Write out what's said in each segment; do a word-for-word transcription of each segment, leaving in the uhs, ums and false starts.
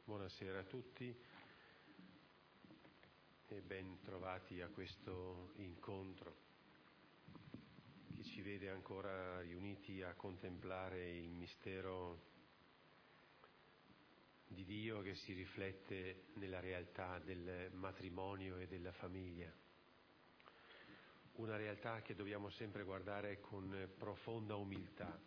Buonasera a tutti e ben trovati a questo incontro che ci vede ancora riuniti a contemplare il mistero di Dio che si riflette nella realtà del matrimonio e della famiglia. Una realtà che dobbiamo sempre guardare con profonda umiltà.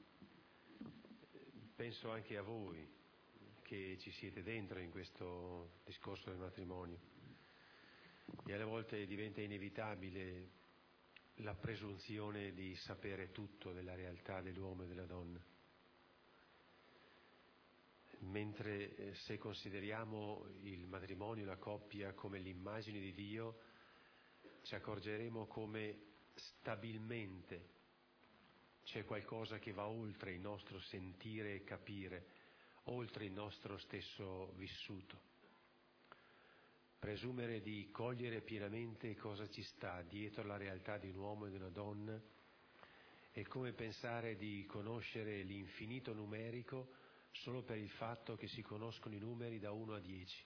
Penso anche a voi che ci siete dentro in questo discorso del matrimonio. E alle volte diventa inevitabile la presunzione di sapere tutto della realtà dell'uomo e della donna. Mentre se consideriamo il matrimonio, la coppia come l'immagine di Dio, ci accorgeremo come stabilmente c'è qualcosa che va oltre il nostro sentire e capire, oltre il nostro stesso vissuto. Presumere di cogliere pienamente cosa ci sta dietro la realtà di un uomo e di una donna è come pensare di conoscere l'infinito numerico solo per il fatto che si conoscono i numeri da uno a dieci.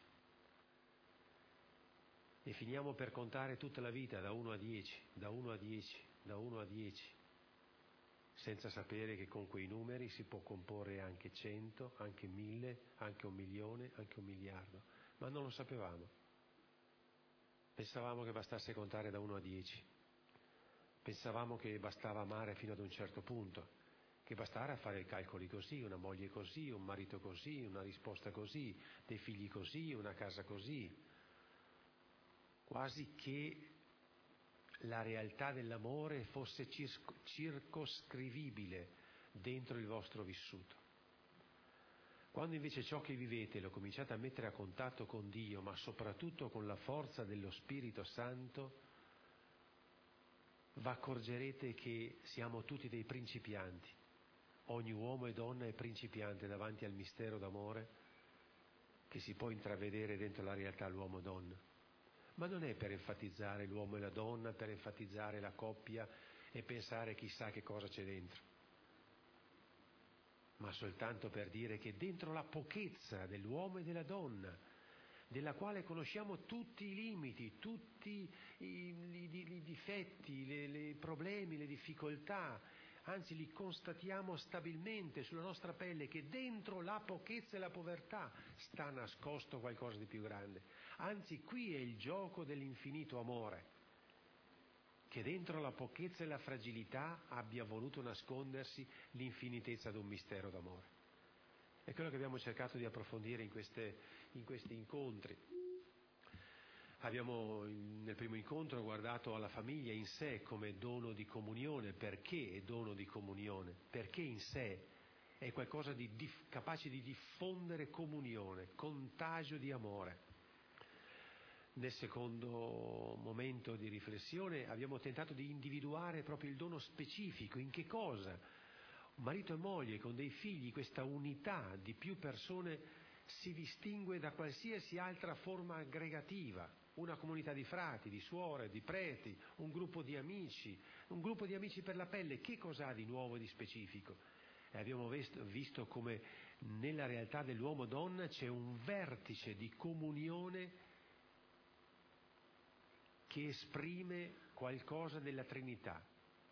E finiamo per contare tutta la vita da uno a dieci, da uno a dieci, da uno a dieci, senza sapere che con quei numeri si può comporre anche cento, anche mille, anche un milione, anche un miliardo. Ma non lo sapevamo. Pensavamo che bastasse contare da uno a dieci. Pensavamo che bastava amare fino ad un certo punto, che bastava fare i calcoli così, una moglie così, un marito così, una risposta così, dei figli così, una casa così. Quasi che la realtà dell'amore fosse circoscrivibile dentro il vostro vissuto. Quando invece ciò che vivete lo cominciate a mettere a contatto con Dio, ma soprattutto con la forza dello Spirito Santo, vi accorgerete che siamo tutti dei principianti. Ogni uomo e donna è principiante davanti al mistero d'amore che si può intravedere dentro la realtà l'uomo-donna. Ma non è per enfatizzare l'uomo e la donna, per enfatizzare la coppia e pensare chissà che cosa c'è dentro, ma soltanto per dire che dentro la pochezza dell'uomo e della donna, della quale conosciamo tutti i limiti, tutti i, i, i difetti, le, le problemi, le difficoltà, anzi li constatiamo stabilmente sulla nostra pelle, che dentro la pochezza e la povertà sta nascosto qualcosa di più grande. Anzi, qui è il gioco dell'infinito amore, che dentro la pochezza e la fragilità abbia voluto nascondersi l'infinitezza di un mistero d'amore. È quello che abbiamo cercato di approfondire in, queste, in questi incontri. Abbiamo nel primo incontro guardato alla famiglia in sé come dono di comunione. Perché è dono di comunione? Perché in sé è qualcosa di dif- capace di diffondere comunione, contagio di amore. Nel secondo momento di riflessione abbiamo tentato di individuare proprio il dono specifico. In che cosa marito e moglie con dei figli, questa unità di più persone si distingue da qualsiasi altra forma aggregativa. Una comunità di frati, di suore, di preti, un gruppo di amici, un gruppo di amici per la pelle. Che cosa ha di nuovo e di specifico? E abbiamo visto, visto come nella realtà dell'uomo-donna c'è un vertice di comunione che esprime qualcosa della Trinità.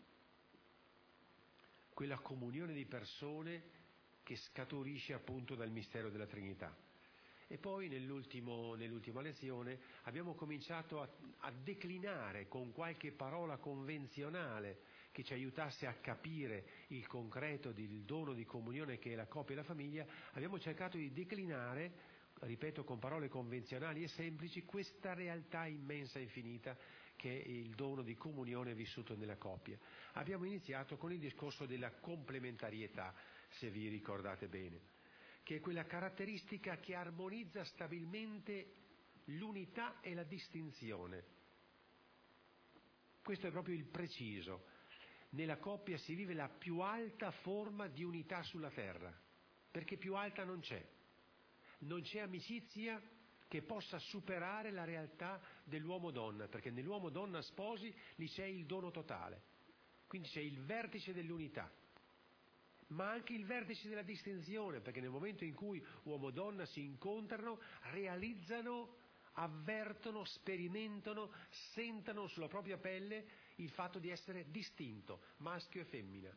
Quella comunione di persone che scaturisce appunto dal mistero della Trinità. E poi nell'ultimo, nell'ultima lezione abbiamo cominciato a, a declinare con qualche parola convenzionale che ci aiutasse a capire il concreto del dono di comunione che è la coppia e la famiglia. Abbiamo cercato di declinare, ripeto, con parole convenzionali e semplici, questa realtà immensa e infinita che è il dono di comunione vissuto nella coppia. Abbiamo iniziato con il discorso della complementarietà, se vi ricordate bene, che è quella caratteristica che armonizza stabilmente l'unità e la distinzione. Questo è proprio il preciso. Nella coppia si vive la più alta forma di unità sulla terra, perché più alta non c'è. Non c'è amicizia che possa superare la realtà dell'uomo-donna, perché nell'uomo-donna sposi lì c'è il dono totale, quindi c'è il vertice dell'unità. ma anche il vertice della distinzione, perché nel momento in cui uomo e donna si incontrano, realizzano, avvertono, sperimentano, sentono sulla propria pelle il fatto di essere distinto, maschio e femmina.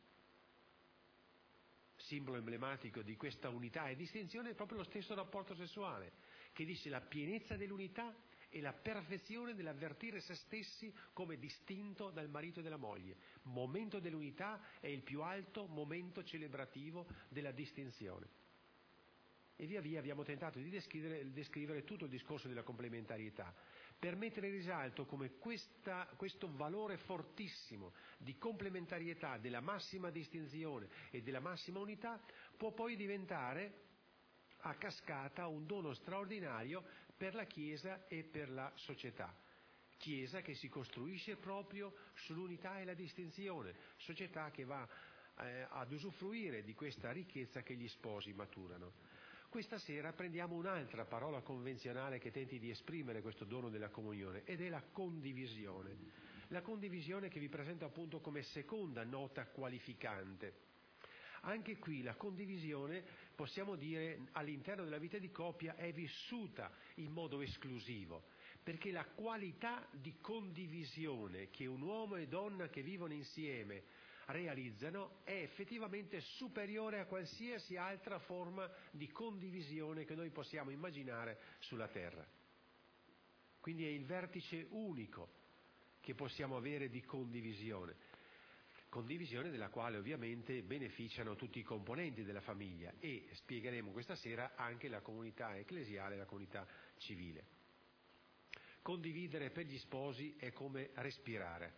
Simbolo emblematico di questa unità e distinzione è proprio lo stesso rapporto sessuale, che dice la pienezza dell'unità e la perfezione dell'avvertire se stessi come distinto dal marito e dalla moglie. Momento dell'unità è il più alto momento celebrativo della distinzione. E via via abbiamo tentato di descrivere, descrivere tutto il discorso della complementarietà, per mettere in risalto come questa, questo valore fortissimo di complementarietà, della massima distinzione e della massima unità, può poi diventare a cascata un dono straordinario per la Chiesa e per la società. Chiesa che si costruisce proprio sull'unità e la distinzione, società che va eh, ad usufruire di questa ricchezza che gli sposi maturano. Questa sera prendiamo un'altra parola convenzionale che tenti di esprimere questo dono della comunione, ed è la condivisione. La condivisione che vi presento appunto come seconda nota qualificante. Anche qui la condivisione, possiamo dire, all'interno della vita di coppia è vissuta in modo esclusivo, perché la qualità di condivisione che un uomo e donna che vivono insieme realizzano è effettivamente superiore a qualsiasi altra forma di condivisione che noi possiamo immaginare sulla terra. Quindi è il vertice unico che possiamo avere di condivisione, condivisione della quale ovviamente beneficiano tutti i componenti della famiglia e, spiegheremo questa sera, anche la comunità ecclesiale e la comunità civile. Condividere per gli sposi è come respirare.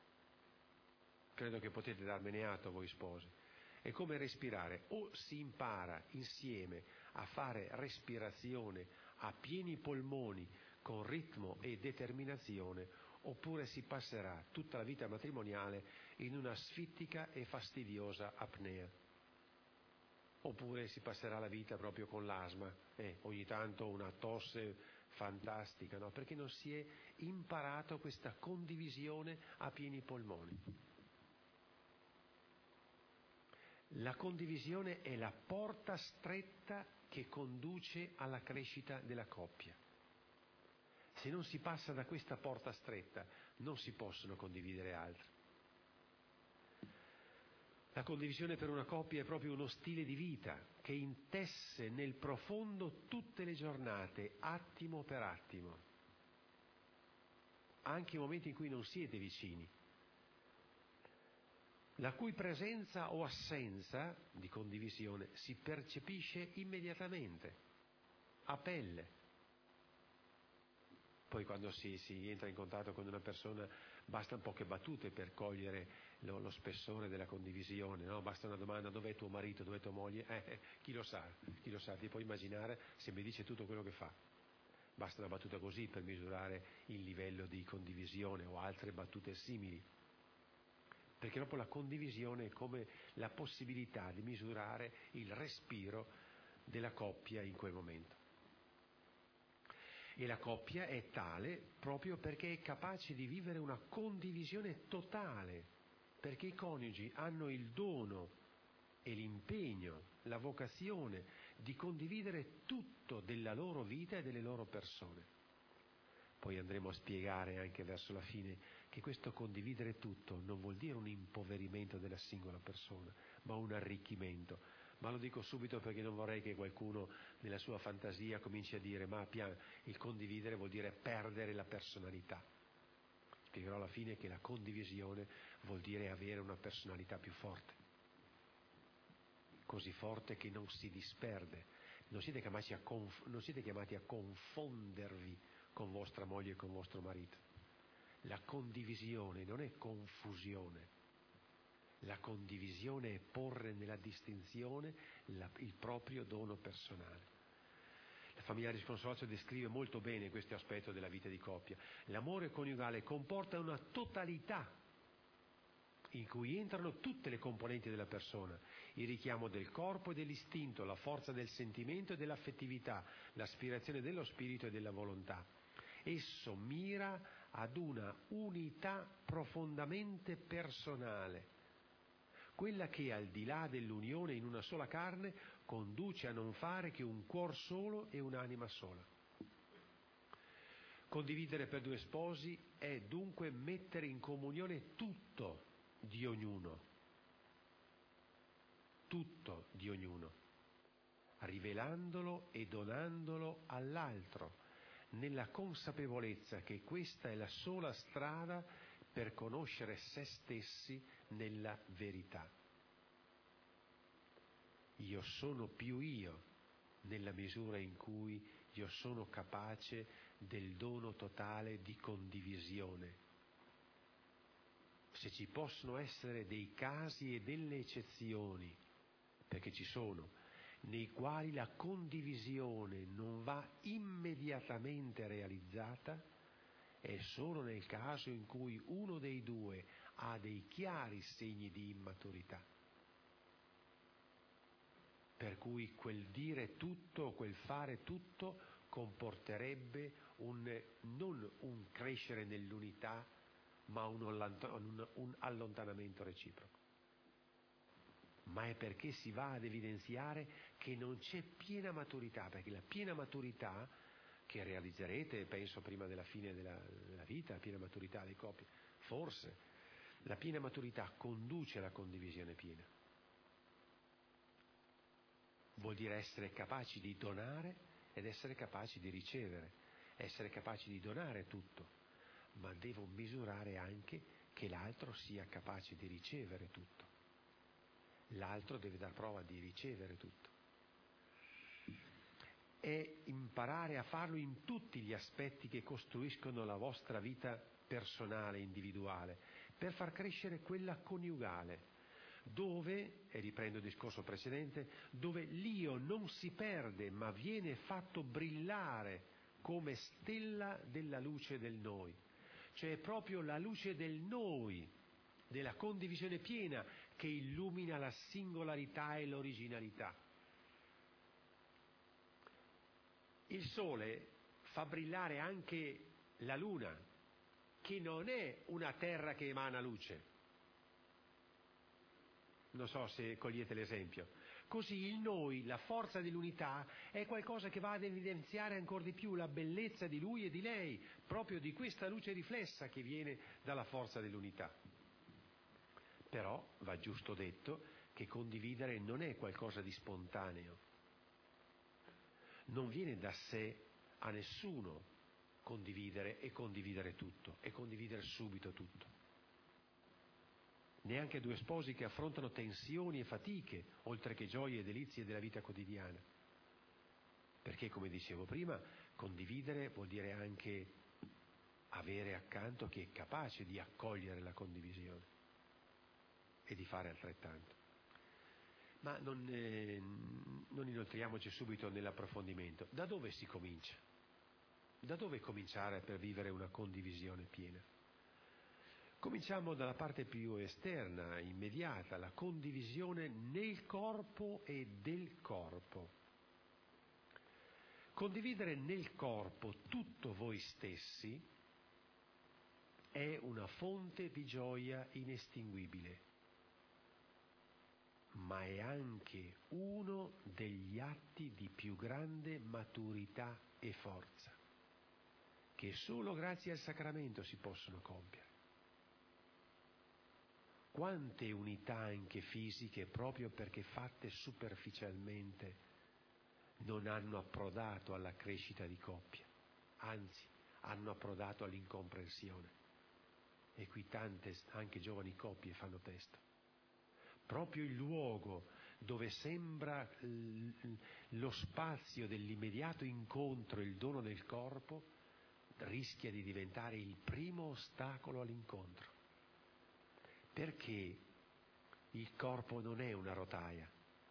Credo che potete darmene atto voi sposi. È come respirare, o si impara insieme a fare respirazione a pieni polmoni con ritmo e determinazione, oppure si passerà tutta la vita matrimoniale in una asfittica e fastidiosa apnea. Oppure si passerà la vita proprio con l'asma, eh, ogni tanto una tosse fantastica, no? Perché non si è imparato questa condivisione a pieni polmoni. La condivisione è la porta stretta che conduce alla crescita della coppia. Se non si passa da questa porta stretta, non si possono condividere altri. La condivisione per una coppia è proprio uno stile di vita che intesse nel profondo tutte le giornate, attimo per attimo. Anche i momenti in cui non siete vicini, la cui presenza o assenza di condivisione si percepisce immediatamente, a pelle. Poi quando si, si entra in contatto con una persona bastano poche battute per cogliere lo, lo spessore della condivisione, no? Basta una domanda: dov'è tuo marito, dov'è tua moglie? Eh, eh, chi lo sa, chi lo sa, ti puoi immaginare se mi dice tutto quello che fa. Basta una battuta così per misurare il livello di condivisione o altre battute simili. Perché proprio la condivisione è come la possibilità di misurare il respiro della coppia in quel momento. E la coppia è tale proprio perché è capace di vivere una condivisione totale, perché i coniugi hanno il dono e l'impegno, la vocazione di condividere tutto della loro vita e delle loro persone. Poi andremo a spiegare anche verso la fine che questo condividere tutto non vuol dire un impoverimento della singola persona, ma un arricchimento. Ma lo dico subito perché non vorrei che qualcuno nella sua fantasia cominci a dire: ma il condividere vuol dire perdere la personalità. Spiegherò alla fine che la condivisione vuol dire avere una personalità più forte, così forte che non si disperde. Non siete chiamati a, conf- non siete chiamati a confondervi con vostra moglie e con vostro marito. La condivisione non è confusione. La condivisione è porre nella distinzione la, il proprio dono personale. La Familiaris Consortio descrive molto bene questo aspetto della vita di coppia. L'amore coniugale comporta una totalità in cui entrano tutte le componenti della persona: il richiamo del corpo e dell'istinto, la forza del sentimento e dell'affettività, l'aspirazione dello spirito e della volontà. Esso mira ad una unità profondamente personale, quella che al di là dell'unione in una sola carne conduce a non fare che un cuor solo e un'anima sola. Condividere per due sposi è dunque mettere in comunione tutto di ognuno, tutto di ognuno, rivelandolo e donandolo all'altro, nella consapevolezza che questa è la sola strada per conoscere se stessi nella verità. Io sono più io nella misura in cui io sono capace del dono totale di condivisione. Se ci possono essere dei casi e delle eccezioni, perché ci sono, nei quali la condivisione non va immediatamente realizzata, è solo nel caso in cui uno dei due ha dei chiari segni di immaturità. Per cui quel dire tutto, quel fare tutto, comporterebbe un, non un crescere nell'unità, ma un, un, un allontanamento reciproco. Ma è perché si va ad evidenziare che non c'è piena maturità, perché la piena maturità che realizzerete, penso prima della fine della, della vita, la piena maturità delle coppie, forse, la piena maturità conduce alla condivisione piena. Vuol dire essere capaci di donare ed essere capaci di ricevere, essere capaci di donare tutto, ma devo misurare anche che l'altro sia capace di ricevere tutto. L'altro deve dar prova di ricevere tutto. È imparare a farlo in tutti gli aspetti che costruiscono la vostra vita personale, individuale, per far crescere quella coniugale, dove, e riprendo il discorso precedente, dove l'io non si perde ma viene fatto brillare come stella della luce del noi. Cioè è proprio la luce del noi, della condivisione piena, che illumina la singolarità e l'originalità. Il sole fa brillare anche la luna, che non è una terra che emana luce. Non so se cogliete l'esempio. Così il noi, la forza dell'unità, è qualcosa che va ad evidenziare ancora di più la bellezza di lui e di lei, proprio di questa luce riflessa che viene dalla forza dell'unità. Però va giusto detto che condividere non è qualcosa di spontaneo. Non viene da sé a nessuno condividere e condividere tutto, e condividere subito tutto. Neanche due sposi che affrontano tensioni e fatiche, oltre che gioie e delizie della vita quotidiana. Perché, come dicevo prima, condividere vuol dire anche avere accanto chi è capace di accogliere la condivisione e di fare altrettanto. Ma non, eh, non inoltriamoci subito nell'approfondimento. Da dove si comincia? Da dove cominciare per vivere una condivisione piena? Cominciamo dalla parte più esterna, immediata, la condivisione nel corpo e del corpo. Condividere nel corpo tutto voi stessi è una fonte di gioia inestinguibile, ma è anche uno degli atti di più grande maturità e forza, che solo grazie al sacramento si possono compiere. Quante unità anche fisiche, proprio perché fatte superficialmente, non hanno approdato alla crescita di coppia, anzi hanno approdato all'incomprensione. E qui tante, anche giovani coppie, fanno testo. Proprio il luogo dove sembra lo spazio dell'immediato incontro, il dono del corpo, rischia di diventare il primo ostacolo all'incontro. Perché il corpo non è una rotaia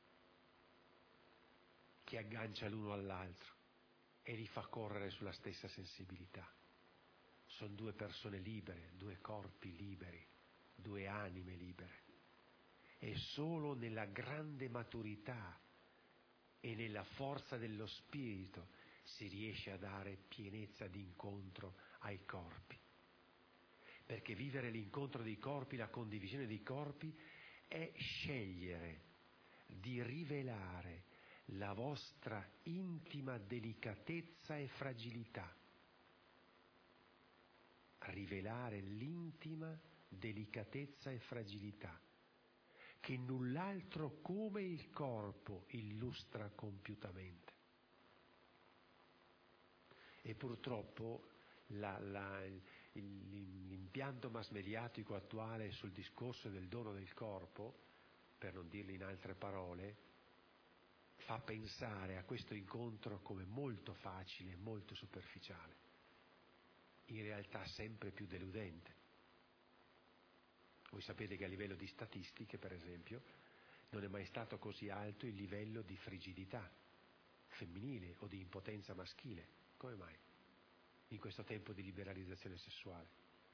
che aggancia l'uno all'altro e li fa correre sulla stessa sensibilità. Sono due persone libere, due corpi liberi, due anime libere. E solo nella grande maturità e nella forza dello spirito si riesce a dare pienezza di incontro ai corpi. Perché vivere l'incontro dei corpi, la condivisione dei corpi, è scegliere di rivelare la vostra intima delicatezza e fragilità. Rivelare l'intima delicatezza e fragilità che null'altro come il corpo illustra compiutamente. E purtroppo la, la, il, l'impianto mass mediatico attuale sul discorso del dono del corpo, per non dirlo in altre parole, fa pensare a questo incontro come molto facile, molto superficiale, in realtà sempre più deludente. Voi sapete che a livello di statistiche, per esempio, non è mai stato così alto il livello di frigidità femminile o di impotenza maschile. Come mai? In questo tempo di liberalizzazione sessuale.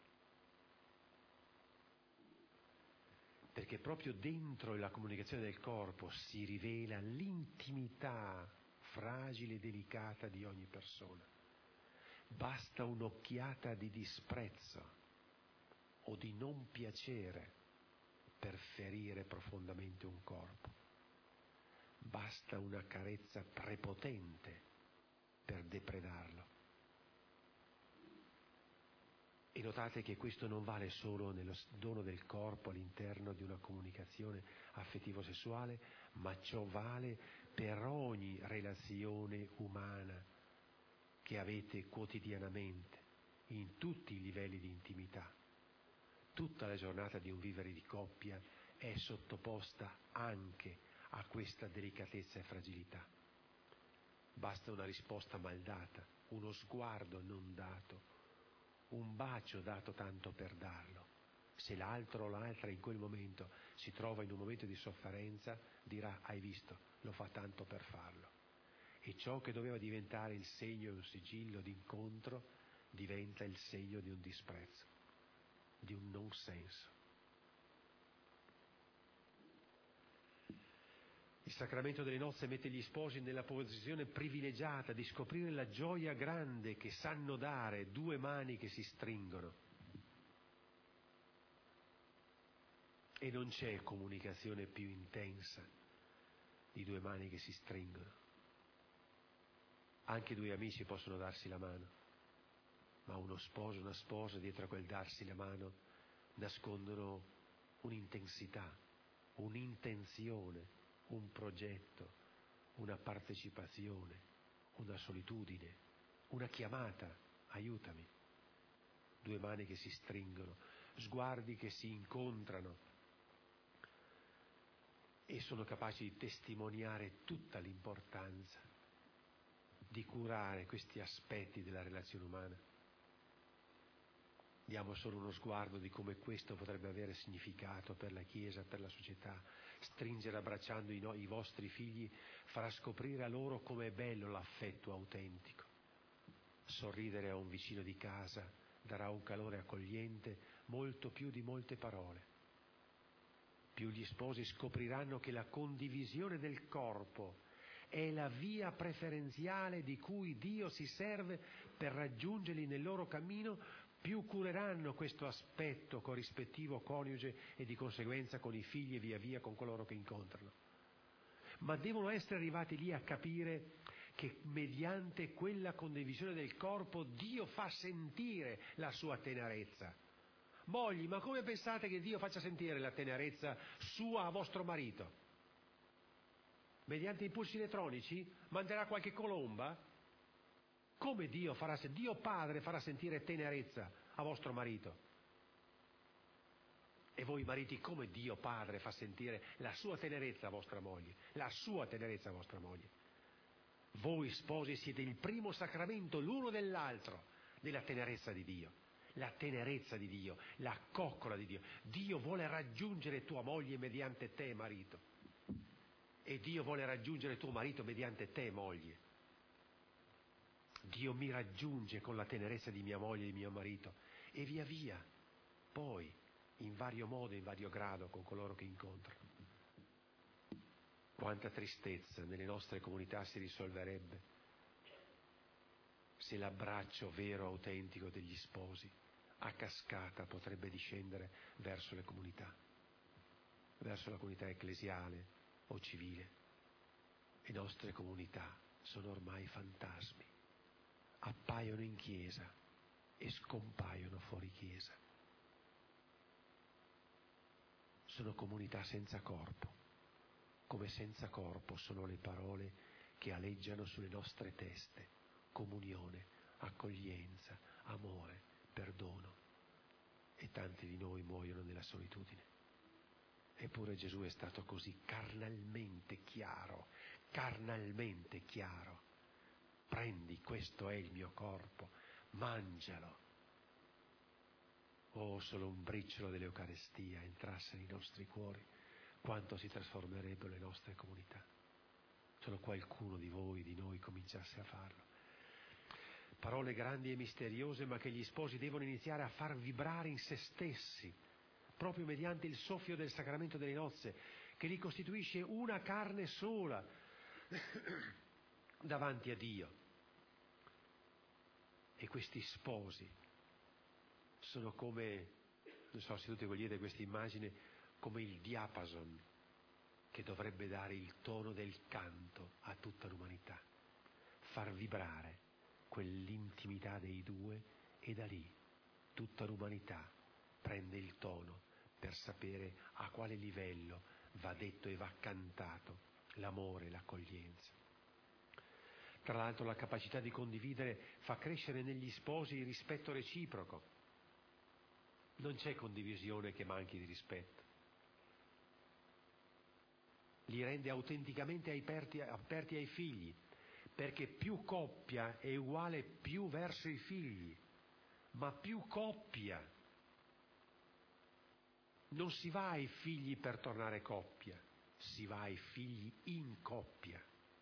Perché proprio dentro la comunicazione del corpo si rivela l'intimità fragile e delicata di ogni persona. Basta un'occhiata di disprezzo o di non piacere per ferire profondamente un corpo. Basta una carezza prepotente per depredarlo. E notate che questo non vale solo nello dono del corpo all'interno di una comunicazione affettivo-sessuale, ma ciò vale per ogni relazione umana che avete quotidianamente, in tutti i livelli di intimità. Tutta la giornata di un vivere di coppia è sottoposta anche a questa delicatezza e fragilità. Basta una risposta mal data, uno sguardo non dato, un bacio dato tanto per darlo. Se l'altro o l'altra in quel momento si trova in un momento di sofferenza, dirà: hai visto, lo fa tanto per farlo. E ciò che doveva diventare il segno e un sigillo d'incontro diventa il segno di un disprezzo, di un non senso. Il sacramento delle nozze mette gli sposi nella posizione privilegiata di scoprire la gioia grande che sanno dare due mani che si stringono. E non c'è comunicazione più intensa di due mani che si stringono. Anche due amici possono darsi la mano, ma uno sposo e una sposa dietro a quel darsi la mano nascondono un'intensità, un'intenzione, un progetto, una partecipazione, una solitudine, una chiamata, aiutami. Due mani che si stringono, sguardi che si incontrano e sono capaci di testimoniare tutta l'importanza di curare questi aspetti della relazione umana. Diamo solo uno sguardo di come questo potrebbe avere significato per la Chiesa, per la società. Stringere abbracciando i, no- i vostri figli farà scoprire a loro com'è bello l'affetto autentico. Sorridere a un vicino di casa darà un calore accogliente molto più di molte parole. Più gli sposi scopriranno che la condivisione del corpo è la via preferenziale di cui Dio si serve per raggiungerli nel loro cammino, più cureranno questo aspetto corrispettivo coniuge e di conseguenza con i figli e via via con coloro che incontrano. Ma devono essere arrivati lì a capire che mediante quella condivisione del corpo Dio fa sentire la sua tenerezza. Mogli, ma come pensate che Dio faccia sentire la tenerezza sua a vostro marito? Mediante impulsi elettronici? Manderà qualche colomba? Come Dio farà sentire? Dio Padre farà sentire tenerezza a vostro marito. E voi mariti, come Dio Padre fa sentire la sua tenerezza a vostra moglie? La sua tenerezza a vostra moglie. Voi sposi siete il primo sacramento l'uno dell'altro della tenerezza di Dio. La tenerezza di Dio, la coccola di Dio. Dio vuole raggiungere tua moglie mediante te, marito. E Dio vuole raggiungere tuo marito mediante te, moglie. Dio mi raggiunge con la tenerezza di mia moglie e di mio marito e via via, poi, in vario modo, in vario grado, con coloro che incontrano. Quanta tristezza nelle nostre comunità si risolverebbe se l'abbraccio vero, autentico degli sposi a cascata potrebbe discendere verso le comunità. verso la comunità ecclesiale o civile. Le nostre comunità sono ormai fantasmi, appaiono in chiesa e scompaiono fuori chiesa. Sono comunità senza corpo, come senza corpo sono le parole che aleggiano sulle nostre teste: comunione, accoglienza, amore, perdono. E tanti di noi muoiono nella solitudine. Eppure Gesù è stato così carnalmente chiaro, carnalmente chiaro. Prendi, questo è il mio corpo, mangialo. Oh, solo un briciolo dell'Eucarestia entrasse nei nostri cuori, quanto si trasformerebbero le nostre comunità. Solo qualcuno di voi, di noi, cominciasse a farlo. Parole grandi e misteriose, ma che gli sposi devono iniziare a far vibrare in se stessi, proprio mediante il soffio del sacramento delle nozze, che li costituisce una carne sola davanti a Dio. E questi sposi sono come, non so se tutti cogliete questa immagine, come il diapason che dovrebbe dare il tono del canto a tutta l'umanità, far vibrare quell'intimità dei due, e da lì tutta l'umanità prende il tono per sapere a quale livello va detto e va cantato l'amore, l'accoglienza. Tra l'altro la capacità di condividere fa crescere negli sposi il rispetto reciproco. Non c'è condivisione che manchi di rispetto. Li rende autenticamente aperti, aperti ai figli, perché più coppia è uguale più verso i figli, ma più coppia. Non si va ai figli per tornare coppia, si va ai figli in coppia.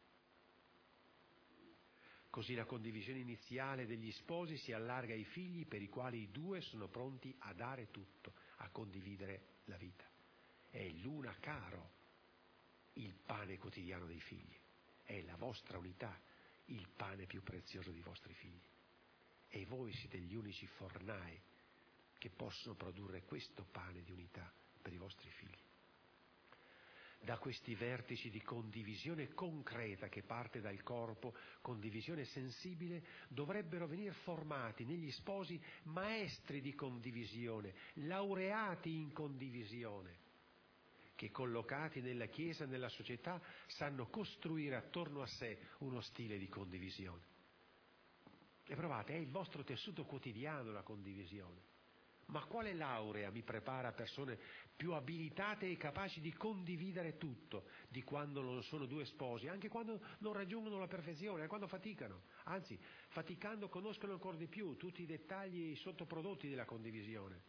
Così la condivisione iniziale degli sposi si allarga ai figli, per i quali i due sono pronti a dare tutto, a condividere la vita. È l'una caro il pane quotidiano dei figli, è la vostra unità il pane più prezioso dei vostri figli. E voi siete gli unici fornai che possono produrre questo pane di unità per i vostri figli. Da questi vertici di condivisione concreta che parte dal corpo, condivisione sensibile, dovrebbero venire formati negli sposi maestri di condivisione, laureati in condivisione, che collocati nella Chiesa e nella società sanno costruire attorno a sé uno stile di condivisione. E provate, è il vostro tessuto quotidiano la condivisione. Ma quale laurea mi prepara a persone più abilitate e capaci di condividere tutto di quando non sono due sposi, anche quando non raggiungono la perfezione, anche quando faticano, anzi, faticando conoscono ancora di più tutti i dettagli e i sottoprodotti della condivisione.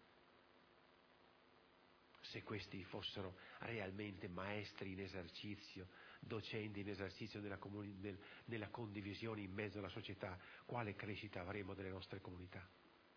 Se questi fossero realmente maestri in esercizio, docenti in esercizio nella, comuni- nel, nella condivisione in mezzo alla società, quale crescita avremo delle nostre comunità?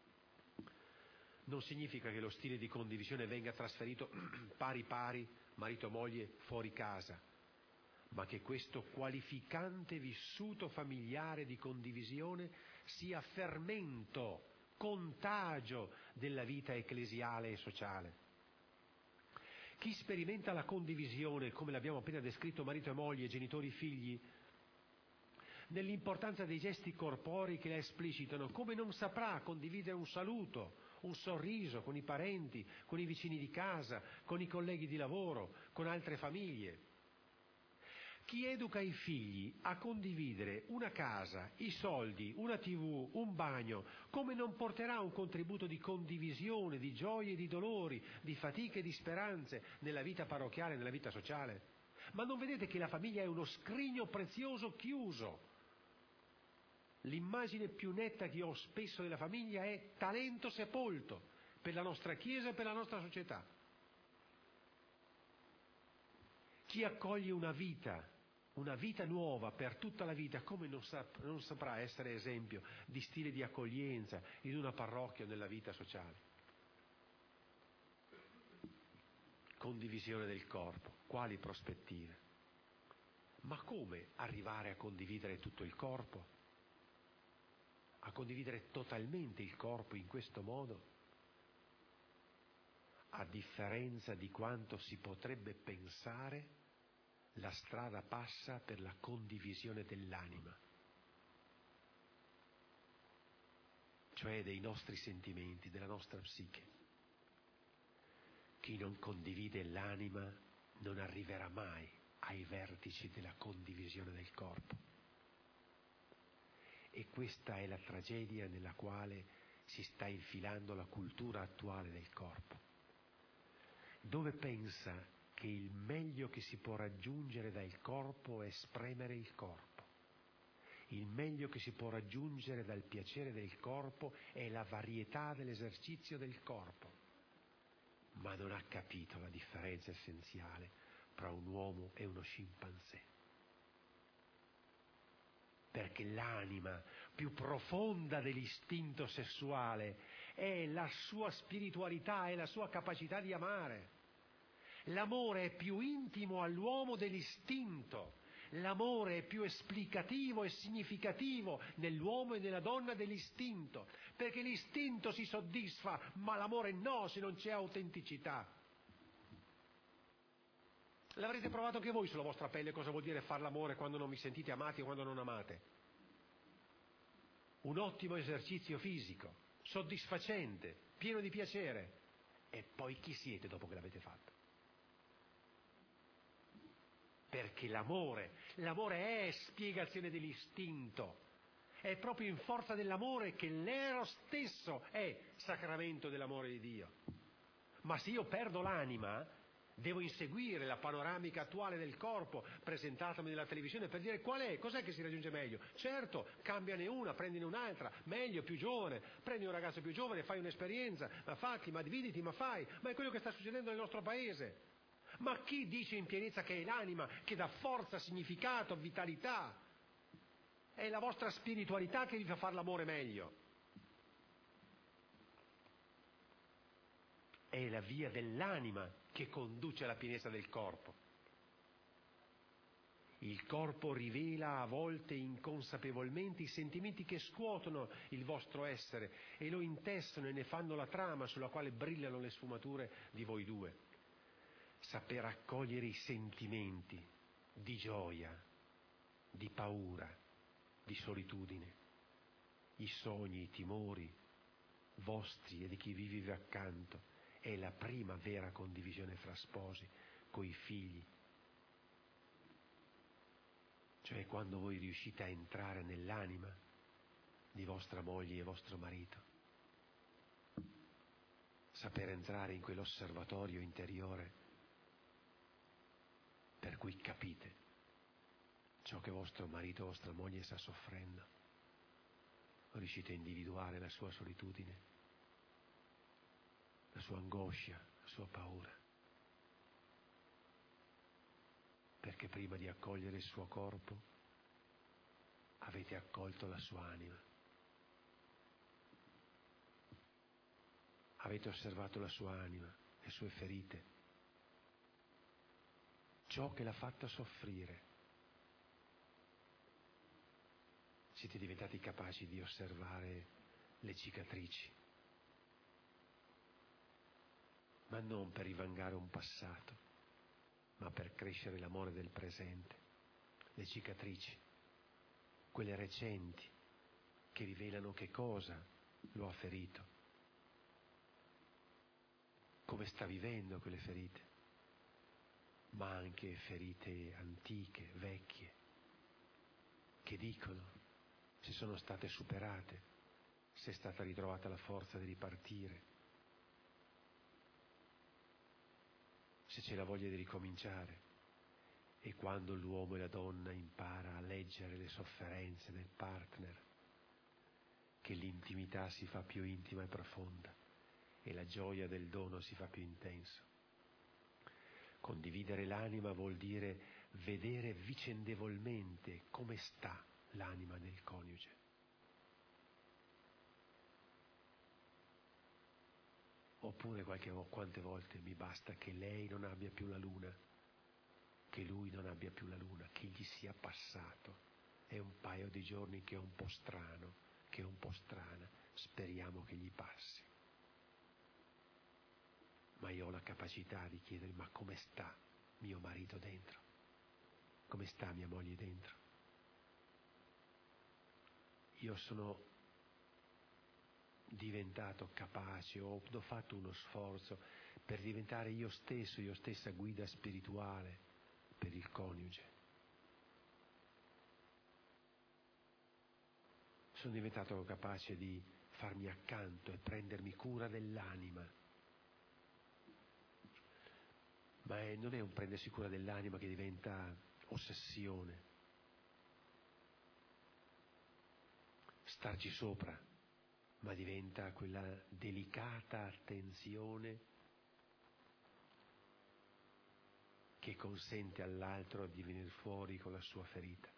Non significa che lo stile di condivisione venga trasferito pari pari, marito e moglie, fuori casa, ma che questo qualificante vissuto familiare di condivisione sia fermento, contagio della vita ecclesiale e sociale. Chi sperimenta la condivisione, come l'abbiamo appena descritto, marito e moglie, genitori e figli, nell'importanza dei gesti corporei che la esplicitano, come non saprà condividere un saluto, un sorriso con i parenti, con i vicini di casa, con i colleghi di lavoro, con altre famiglie? Chi educa i figli a condividere una casa, i soldi, una tivù, un bagno, come non porterà un contributo di condivisione, di gioie e di dolori, di fatiche e di speranze nella vita parrocchiale, nella vita sociale? Ma non vedete che la famiglia è uno scrigno prezioso chiuso? L'immagine più netta che ho spesso della famiglia è talento sepolto per la nostra Chiesa e per la nostra società. Chi accoglie una vita, una vita nuova per tutta la vita, come non, sap- non saprà essere esempio di stile di accoglienza in una parrocchia o nella vita sociale? Condivisione del corpo, quali prospettive? Ma come arrivare a condividere tutto il corpo? A condividere totalmente il corpo in questo modo? a differenza di quanto si potrebbe pensare, la strada passa per la condivisione dell'anima, cioè dei nostri sentimenti, della nostra psiche. Chi non condivide l'anima non arriverà mai ai vertici della condivisione del corpo. E questa è la tragedia nella quale si sta infilando la cultura attuale del corpo, dove pensa che il meglio che si può raggiungere dal corpo è spremere il corpo. Il meglio che si può raggiungere dal piacere del corpo è la varietà dell'esercizio del corpo. Ma non ha capito la differenza essenziale tra un uomo e uno scimpanzé. Perché l'anima più profonda dell'istinto sessuale è la sua spiritualità, è la sua capacità di amare. L'amore è più intimo all'uomo dell'istinto. L'amore è più esplicativo e significativo nell'uomo e nella donna dell'istinto, perché l'istinto si soddisfa, ma l'amore no, se non c'è autenticità. L'avrete provato anche voi sulla vostra pelle cosa vuol dire far l'amore quando non vi sentite amati o quando non amate. Un ottimo esercizio fisico, soddisfacente, pieno di piacere. E poi chi siete dopo che l'avete fatto? Perché l'amore, l'amore è spiegazione dell'istinto, è proprio in forza dell'amore che l'eros stesso è sacramento dell'amore di Dio. Ma se io perdo l'anima, devo inseguire la panoramica attuale del corpo presentatami nella televisione per dire qual è, cos'è che si raggiunge meglio. Certo, cambiane una, prendine un'altra, meglio, più giovane, prendi un ragazzo più giovane, fai un'esperienza, ma fatti, ma dividiti, ma fai, ma è quello che sta succedendo nel nostro paese. Ma chi dice in pienezza che è l'anima che dà forza, significato, vitalità? È la vostra spiritualità che vi fa fare l'amore meglio. È la via dell'anima che conduce alla pienezza del corpo. Il corpo rivela a volte inconsapevolmente i sentimenti che scuotono il vostro essere e lo intestano e ne fanno la trama sulla quale brillano le sfumature di voi due. Saper accogliere i sentimenti di gioia, di paura, di solitudine, i sogni, i timori vostri e di chi vi vive accanto, è la prima vera condivisione fra sposi, coi figli. Cioè quando voi riuscite a entrare nell'anima di vostra moglie e vostro marito, saper entrare in quell'osservatorio interiore per cui capite ciò che vostro marito o vostra moglie sta soffrendo, riuscite a individuare la sua solitudine, la sua angoscia, la sua paura, perché prima di accogliere il suo corpo avete accolto la sua anima, avete osservato la sua anima, le sue ferite, ciò che l'ha fatta soffrire. Siete diventati capaci di osservare le cicatrici, ma non per rivangare un passato, ma per crescere l'amore del presente. Le cicatrici, quelle recenti, che rivelano che cosa lo ha ferito, come sta vivendo quelle ferite, ma anche ferite antiche, vecchie, che dicono se sono state superate, se è stata ritrovata la forza di ripartire, se c'è la voglia di ricominciare. E quando l'uomo e la donna impara a leggere le sofferenze del partner, che l'intimità si fa più intima e profonda e la gioia del dono si fa più intenso. Condividere l'anima vuol dire vedere vicendevolmente come sta l'anima del coniuge. Oppure qualche, quante volte mi basta che lei non abbia più la luna, che lui non abbia più la luna, che gli sia passato. È un paio di giorni che è un po' strano, che è un po' strana, speriamo che gli passi. ma io ho la capacità di chiedere: ma come sta mio marito dentro? Come sta mia moglie dentro? Io sono diventato capace, ho, ho fatto uno sforzo per diventare io stesso, io stessa guida spirituale per il coniuge. Sono diventato capace di farmi accanto e prendermi cura dell'anima. Ma è, non è un prendersi cura dell'anima che diventa ossessione, starci sopra, ma diventa quella delicata attenzione che consente all'altro di venire fuori con la sua ferita.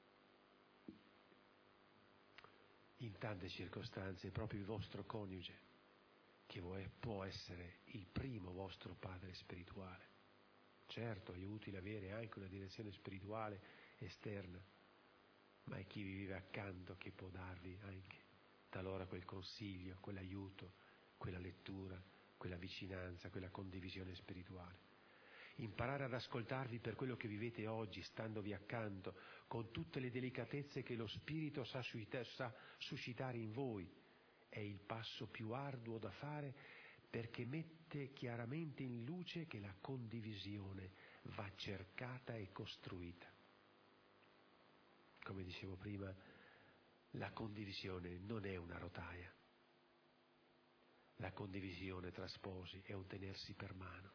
In tante circostanze è proprio il vostro coniuge che può essere il primo vostro padre spirituale. Certo, è utile avere anche una direzione spirituale esterna, ma è chi vi vive accanto che può darvi anche talora quel consiglio, quell'aiuto, quella lettura, quella vicinanza, quella condivisione spirituale. Imparare ad ascoltarvi per quello che vivete oggi, standovi accanto, con tutte le delicatezze che lo Spirito sa suscitare in voi, è il passo più arduo da fare, perché mette chiaramente in luce che la condivisione va cercata e costruita. Come dicevo prima, la condivisione non è una rotaia. La condivisione tra sposi è un tenersi per mano.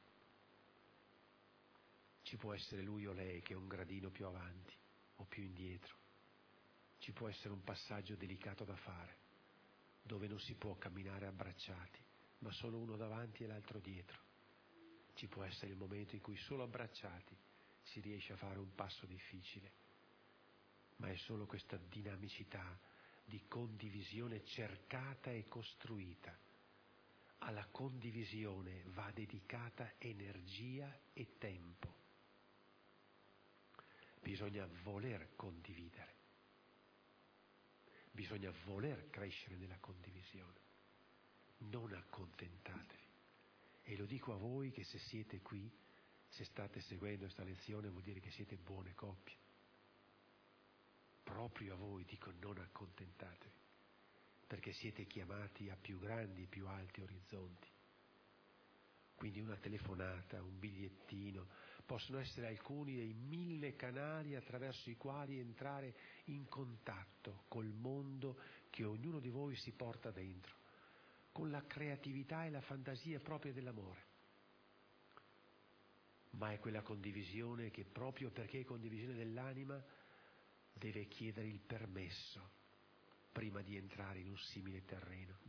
Ci può essere lui o lei che è un gradino più avanti o più indietro. Ci può essere un passaggio delicato da fare, dove non si può camminare abbracciati, ma solo uno davanti e l'altro dietro. Ci può essere il momento in cui solo abbracciati si riesce a fare un passo difficile, ma è solo questa dinamicità di condivisione cercata e costruita. Alla condivisione va dedicata energia e tempo. Bisogna voler condividere, bisogna voler crescere nella condivisione. Non accontentatevi. E lo dico a voi che se siete qui, se state seguendo questa lezione, vuol dire che siete buone coppie. Proprio a voi dico: non accontentatevi, perché siete chiamati a più grandi e più alti orizzonti. Quindi una telefonata, un bigliettino, possono essere alcuni dei mille canali attraverso i quali entrare in contatto col mondo che ognuno di voi si porta dentro, con la creatività e la fantasia proprie dell'amore. Ma è quella condivisione che, proprio perché è condivisione dell'anima, deve chiedere il permesso prima di entrare in un simile terreno.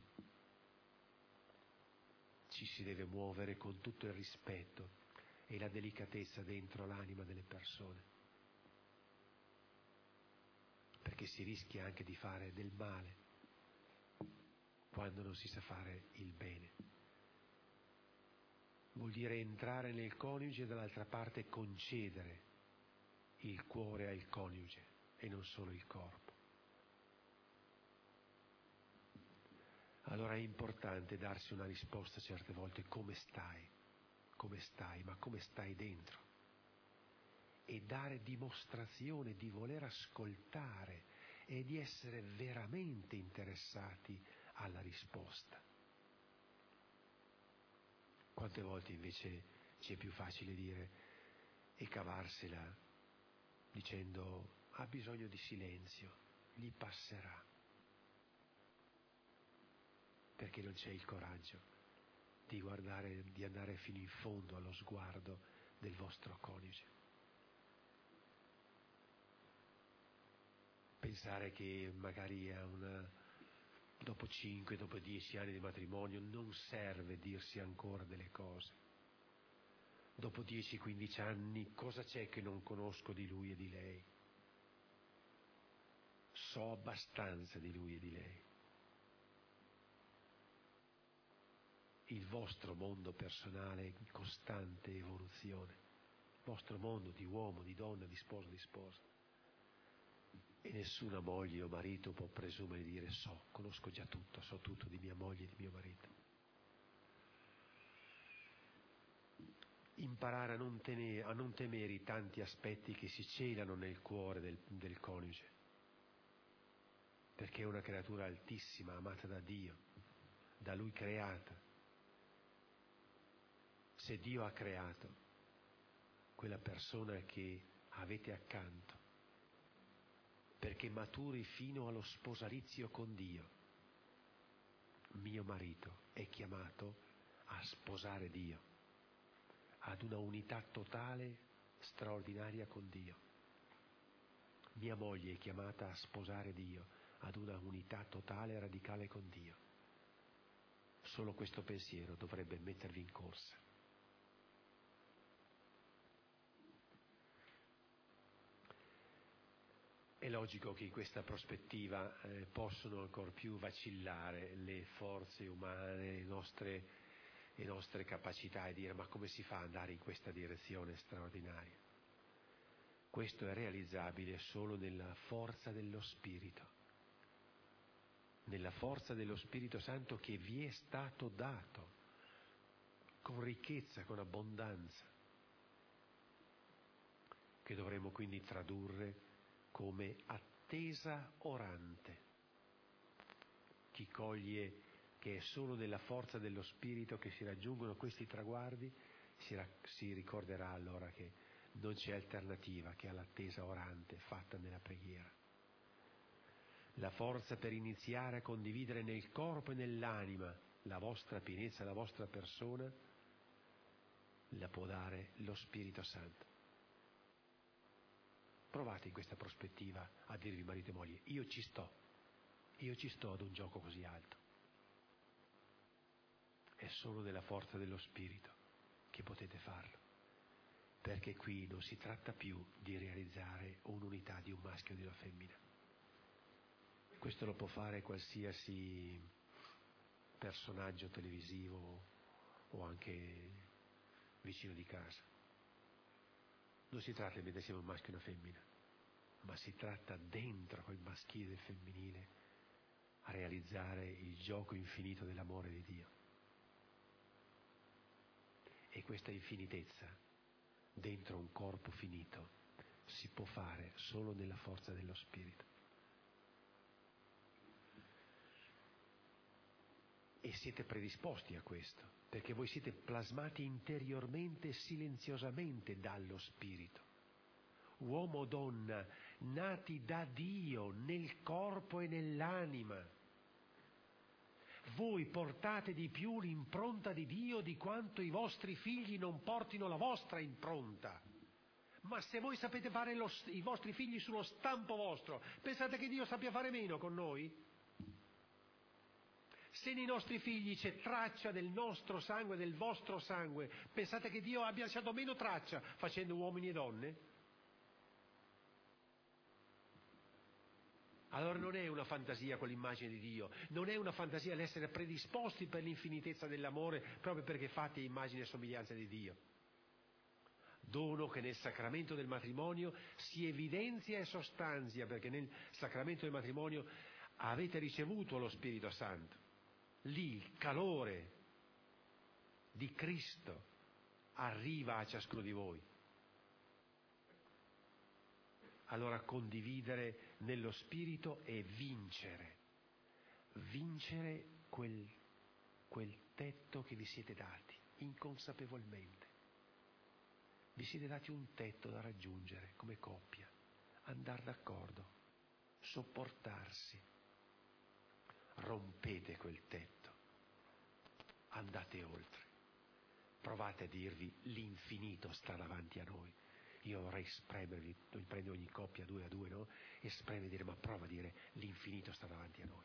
Ci si deve muovere con tutto il rispetto e la delicatezza dentro l'anima delle persone, perché si rischia anche di fare del male quando non si sa fare il bene. Vuol dire entrare nel coniuge e dall'altra parte concedere il cuore al coniuge e non solo il corpo. Allora è importante darsi una risposta certe volte: come stai? Come stai? Ma come stai dentro? E dare dimostrazione di voler ascoltare e di essere veramente interessati alla risposta. Quante volte invece ci è più facile dire e cavarsela dicendo: ha bisogno di silenzio, gli passerà, perché non c'è il coraggio di guardare, di andare fino in fondo allo sguardo del vostro coniuge. Pensare che magari a una, dopo cinque, dopo dieci anni di matrimonio non serve dirsi ancora delle cose. Dopo dieci quindici anni cosa c'è che non conosco di lui e di lei? So abbastanza di lui e di lei. Il vostro mondo personale è in costante evoluzione, il vostro mondo di uomo, di donna, di sposo, di sposa. E nessuna moglie o marito può presumere di dire: so, conosco già tutto, so tutto di mia moglie e di mio marito. imparare a non, tenere, a non temere i tanti aspetti che si celano nel cuore del, del coniuge, perché è una creatura altissima, amata da Dio, da Lui creata. Se Dio ha creato quella persona che avete accanto, perché maturi fino allo sposalizio con Dio, mio marito è chiamato a sposare Dio, ad una unità totale, straordinaria con Dio. Mia moglie è chiamata a sposare Dio, ad una unità totale, radicale con Dio. Solo questo pensiero dovrebbe mettervi in corsa. È logico che in questa prospettiva eh, possono ancor più vacillare le forze umane, le nostre, le nostre capacità, e dire: ma come si fa ad andare in questa direzione straordinaria? Questo è realizzabile solo nella forza dello Spirito, nella forza dello Spirito Santo che vi è stato dato, con ricchezza, con abbondanza, che dovremo quindi tradurre come attesa orante. Chi coglie che è solo nella forza dello Spirito che si raggiungono questi traguardi, si, ra- si ricorderà allora che non c'è alternativa che all'attesa orante fatta nella preghiera. La forza per iniziare a condividere nel corpo e nell'anima la vostra pienezza, la vostra persona, la può dare lo Spirito Santo. Provate in questa prospettiva a dirvi, marito e moglie: io ci sto, io ci sto ad un gioco così alto. È solo nella forza dello Spirito che potete farlo, perché qui non si tratta più di realizzare un'unità di un maschio e di una femmina. Questo lo può fare qualsiasi personaggio televisivo o anche vicino di casa. Non si tratta di vedere se è un maschio e una femmina, ma si tratta dentro il maschile e il femminile a realizzare il gioco infinito dell'amore di Dio. E questa infinitezza dentro un corpo finito si può fare solo nella forza dello Spirito. E siete predisposti a questo, perché voi siete plasmati interiormente, silenziosamente dallo Spirito. Uomo o donna, nati da Dio nel corpo e nell'anima. Voi portate di più l'impronta di Dio di quanto i vostri figli non portino la vostra impronta. Ma se voi sapete fare lo, i vostri figli sullo stampo vostro, pensate che Dio sappia fare meno con noi? Se nei nostri figli c'è traccia del nostro sangue, del vostro sangue, pensate che Dio abbia lasciato meno traccia facendo uomini e donne? Allora non è una fantasia quell'immagine di Dio, non è una fantasia l'essere predisposti per l'infinitezza dell'amore proprio perché fate immagine e somiglianza di Dio. Dono che nel sacramento del matrimonio si evidenzia e sostanzia, perché nel sacramento del matrimonio avete ricevuto lo Spirito Santo. Lì il calore di Cristo arriva a ciascuno di voi. Allora condividere nello Spirito e vincere, vincere quel, quel tetto che vi siete dati, inconsapevolmente. Vi siete dati un tetto da raggiungere come coppia, andare d'accordo, sopportarsi. Rompete quel tetto, andate oltre, provate a dirvi: l'infinito sta davanti a noi. Io vorrei spremervi, prendere ogni coppia due a due, no? E spremere e dire: ma prova a dire: l'infinito sta davanti a noi.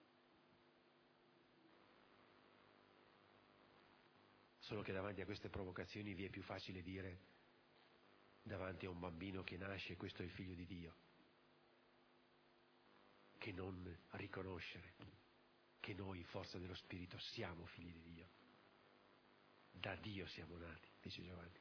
Solo che davanti a queste provocazioni vi è più facile dire, davanti a un bambino che nasce: questo è il figlio di Dio, che non riconoscere che noi, in forza dello Spirito, siamo figli di Dio. Da Dio siamo nati, dice Giovanni.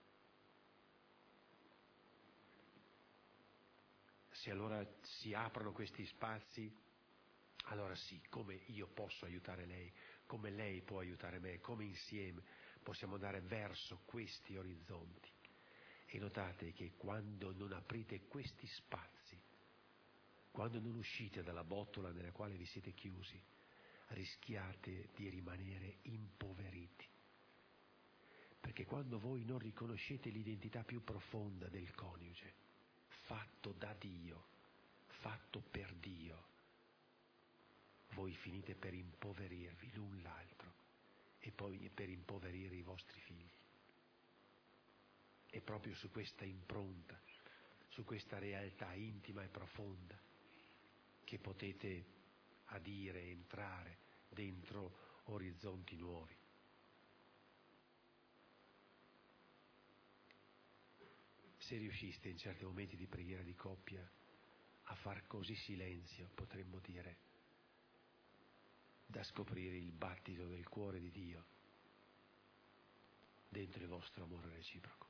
Se allora si aprono questi spazi, allora sì, come io posso aiutare lei, come lei può aiutare me, come insieme possiamo andare verso questi orizzonti. E notate che quando non aprite questi spazi, quando non uscite dalla botola nella quale vi siete chiusi, rischiate di rimanere impoveriti. Perché quando voi non riconoscete l'identità più profonda del coniuge, fatto da Dio, fatto per Dio, voi finite per impoverirvi l'un l'altro e poi per impoverire i vostri figli. È proprio su questa impronta, su questa realtà intima e profonda che potete adire, entrare dentro orizzonti nuovi. Se riusciste in certi momenti di preghiera di coppia a far così silenzio, potremmo dire, da scoprire il battito del cuore di Dio dentro il vostro amore reciproco.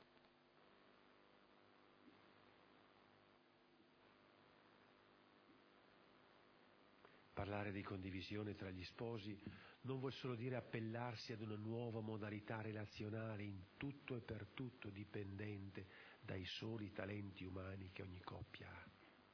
Parlare di condivisione tra gli sposi non vuol solo dire appellarsi ad una nuova modalità relazionale in tutto e per tutto dipendente dai soli talenti umani che ogni coppia ha.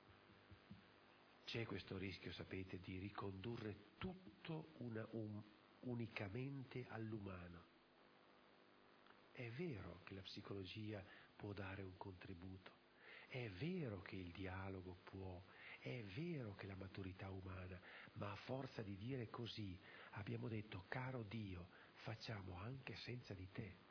C'è questo rischio, sapete, di ricondurre tutto una, un, unicamente all'umano. È vero che la psicologia può dare un contributo, è vero che il dialogo può, è vero che la maturità umana, ma a forza di dire così abbiamo detto, caro Dio, facciamo anche senza di te.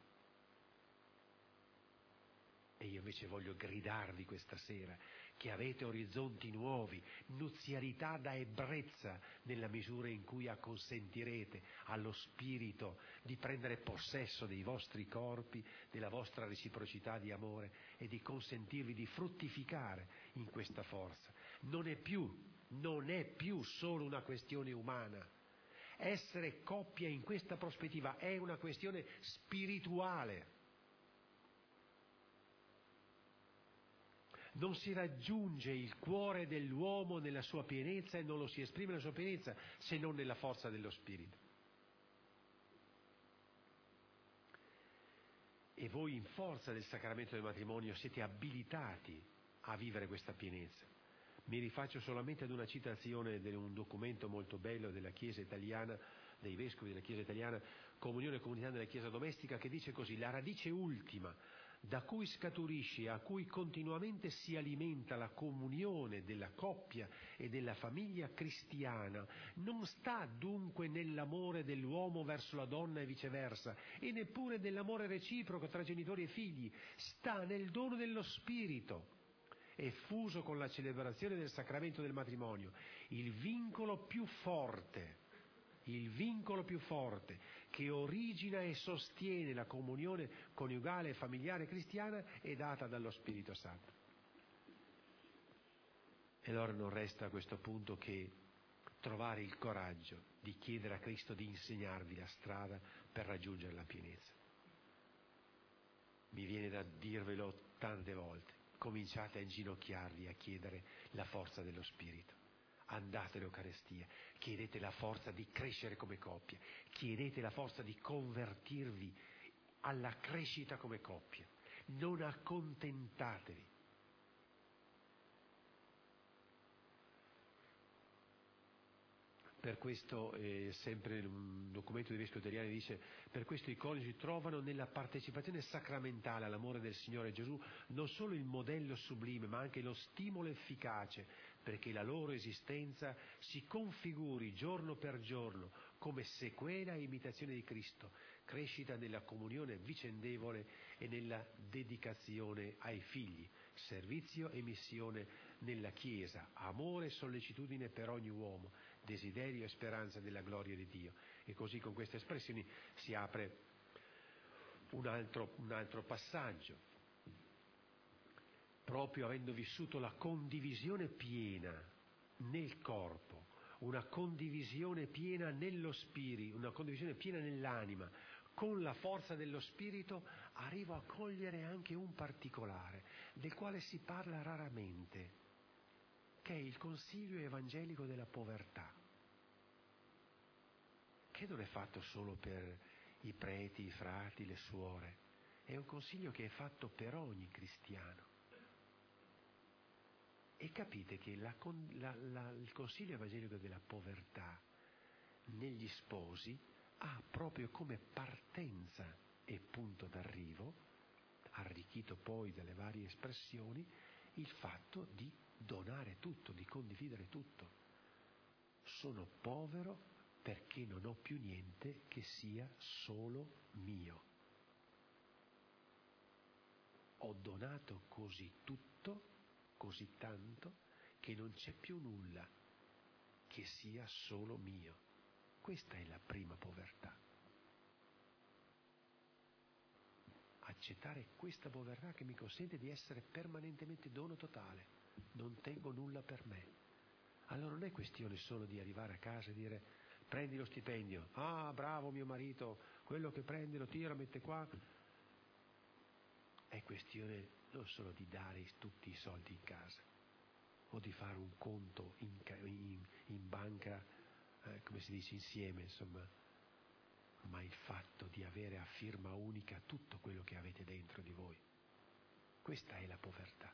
E io invece voglio gridarvi questa sera che avete orizzonti nuovi, nuzialità da ebbrezza nella misura in cui acconsentirete allo Spirito di prendere possesso dei vostri corpi, della vostra reciprocità di amore e di consentirvi di fruttificare in questa forza. Non è più, non è più solo una questione umana. Essere coppia in questa prospettiva è una questione spirituale. Non si raggiunge il cuore dell'uomo nella sua pienezza e non lo si esprime nella sua pienezza se non nella forza dello Spirito. E voi in forza del sacramento del matrimonio siete abilitati a vivere questa pienezza. Mi rifaccio solamente ad una citazione di un documento molto bello della Chiesa italiana, dei vescovi della Chiesa italiana, Comunione e Comunità della Chiesa Domestica, che dice così: la radice ultima da cui scaturisce e a cui continuamente si alimenta la comunione della coppia e della famiglia cristiana non sta dunque nell'amore dell'uomo verso la donna e viceversa, e neppure nell'amore reciproco tra genitori e figli, sta nel dono dello Spirito, effuso con la celebrazione del sacramento del matrimonio, il vincolo più forte, il vincolo più forte che origina e sostiene la comunione coniugale e familiare cristiana è data dallo Spirito Santo. E allora non resta a questo punto che trovare il coraggio di chiedere a Cristo di insegnarvi la strada per raggiungere la pienezza. Mi viene da dirvelo tante volte: cominciate a inginocchiarvi a chiedere la forza dello Spirito. Andate all'Eucarestia, chiedete la forza di crescere come coppia, chiedete la forza di convertirvi alla crescita come coppia. Non accontentatevi. Per questo, eh, sempre in un documento dei vescovi italiani dice: per questo i coniugi trovano nella partecipazione sacramentale all'amore del Signore Gesù non solo il modello sublime, ma anche lo stimolo efficace perché la loro esistenza si configuri giorno per giorno come sequela e imitazione di Cristo, crescita nella comunione vicendevole e nella dedicazione ai figli, servizio e missione nella Chiesa, amore e sollecitudine per ogni uomo, desiderio e speranza della gloria di Dio. E così con queste espressioni si apre un altro, un altro passaggio. Proprio avendo vissuto la condivisione piena nel corpo, una condivisione piena nello spirito, una condivisione piena nell'anima, con la forza dello Spirito, arrivo a cogliere anche un particolare, del quale si parla raramente, che è il consiglio evangelico della povertà, che non è fatto solo per i preti, i frati, le suore. È un consiglio che è fatto per ogni cristiano. E capite che la, la, la, il consiglio evangelico della povertà negli sposi ha proprio come partenza e punto d'arrivo, arricchito poi dalle varie espressioni, il fatto di donare tutto, di condividere tutto. Sono povero perché non ho più niente che sia solo mio. Ho donato così tutto, così tanto, che non c'è più nulla che sia solo mio. Questa è la prima povertà. Accettare questa povertà che mi consente di essere permanentemente dono totale. Non tengo nulla per me. Allora non è questione solo di arrivare a casa e dire prendi lo stipendio, ah bravo mio marito, quello che prendi lo tira, mette qua. È questione non solo di dare tutti i soldi in casa o di fare un conto in, in, in banca, eh, come si dice, insieme, insomma, ma il fatto di avere a firma unica tutto quello che avete dentro di voi. Questa è la povertà.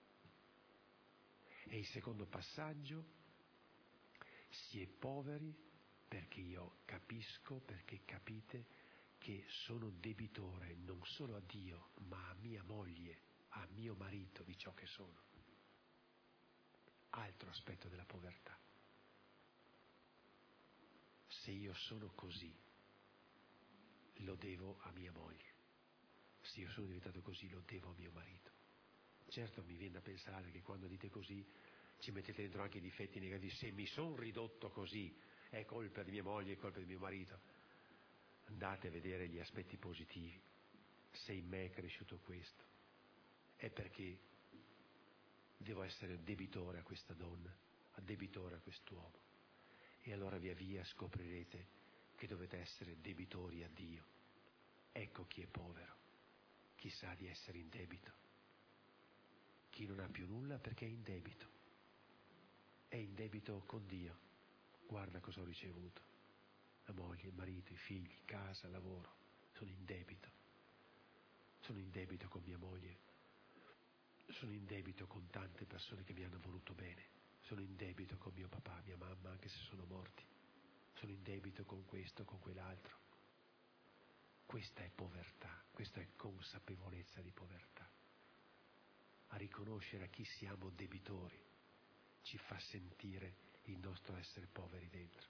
E il secondo passaggio, si è poveri perché io capisco, perché capite che sono debitore non solo a Dio, ma a mia moglie, a mio marito di ciò che sono. Altro aspetto della povertà. Se io sono così, lo devo a mia moglie. Se io sono diventato così, lo devo a mio marito. Certo mi viene da pensare che quando dite così ci mettete dentro anche i difetti negativi. Se mi sono ridotto così, è colpa di mia moglie, è colpa di mio marito. Andate a vedere gli aspetti positivi. Se in me è cresciuto questo, è perché devo essere debitore a questa donna, debitore a quest'uomo. E allora via via scoprirete che dovete essere debitori a Dio. Ecco chi è povero, chi sa di essere in debito. Chi non ha più nulla perché è in debito. È in debito con Dio. Guarda cosa ho ricevuto. La moglie, il marito, i figli, casa, lavoro. Sono in debito. Sono in debito con mia moglie. Sono in debito con tante persone che mi hanno voluto bene. Sono in debito con mio papà, mia mamma, anche se sono morti. Sono in debito con questo, con quell'altro. Questa è povertà, questa è consapevolezza di povertà. A riconoscere a chi siamo debitori ci fa sentire il nostro essere poveri dentro.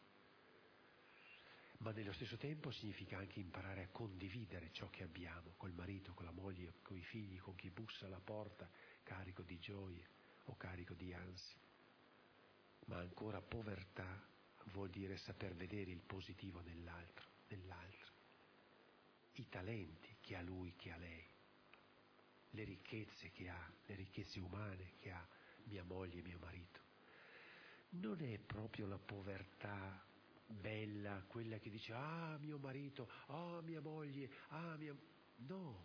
Ma nello stesso tempo significa anche imparare a condividere ciò che abbiamo col marito, con la moglie, con i figli, con chi bussa alla porta, carico di gioie o carico di ansia. Ma ancora povertà vuol dire saper vedere il positivo nell'altro, nell'altro. I talenti che ha lui, che ha lei, le ricchezze che ha, le ricchezze umane che ha mia moglie e mio marito. Non è proprio la povertà bella, quella che dice ah mio marito, ah mia moglie, ah mia... No,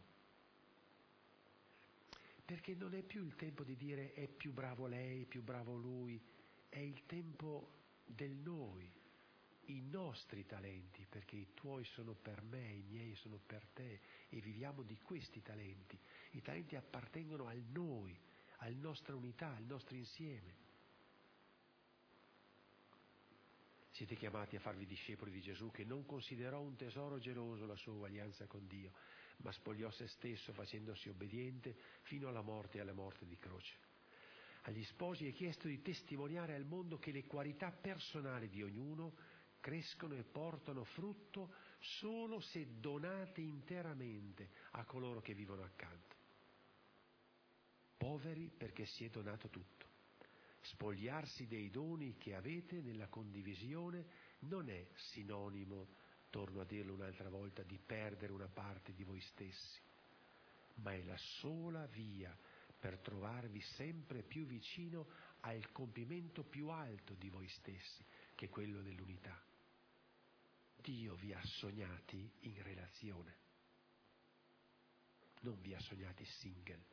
perché non è più il tempo di dire è più bravo lei, è più bravo lui, è il tempo del noi, i nostri talenti, perché i tuoi sono per me, i miei sono per te e viviamo di questi talenti. I talenti appartengono al noi, alla nostra unità, al nostro insieme. Siete chiamati a farvi discepoli di Gesù, che non considerò un tesoro geloso la sua uguaglianza con Dio, ma spogliò se stesso facendosi obbediente fino alla morte e alla morte di croce. Agli sposi è chiesto di testimoniare al mondo che le qualità personali di ognuno crescono e portano frutto solo se donate interamente a coloro che vivono accanto. Poveri perché si è donato tutto. Spogliarsi dei doni che avete nella condivisione non è sinonimo, torno a dirlo un'altra volta, di perdere una parte di voi stessi, ma è la sola via per trovarvi sempre più vicino al compimento più alto di voi stessi, che è quello dell'unità. Dio vi ha sognati in relazione, non vi ha sognati single.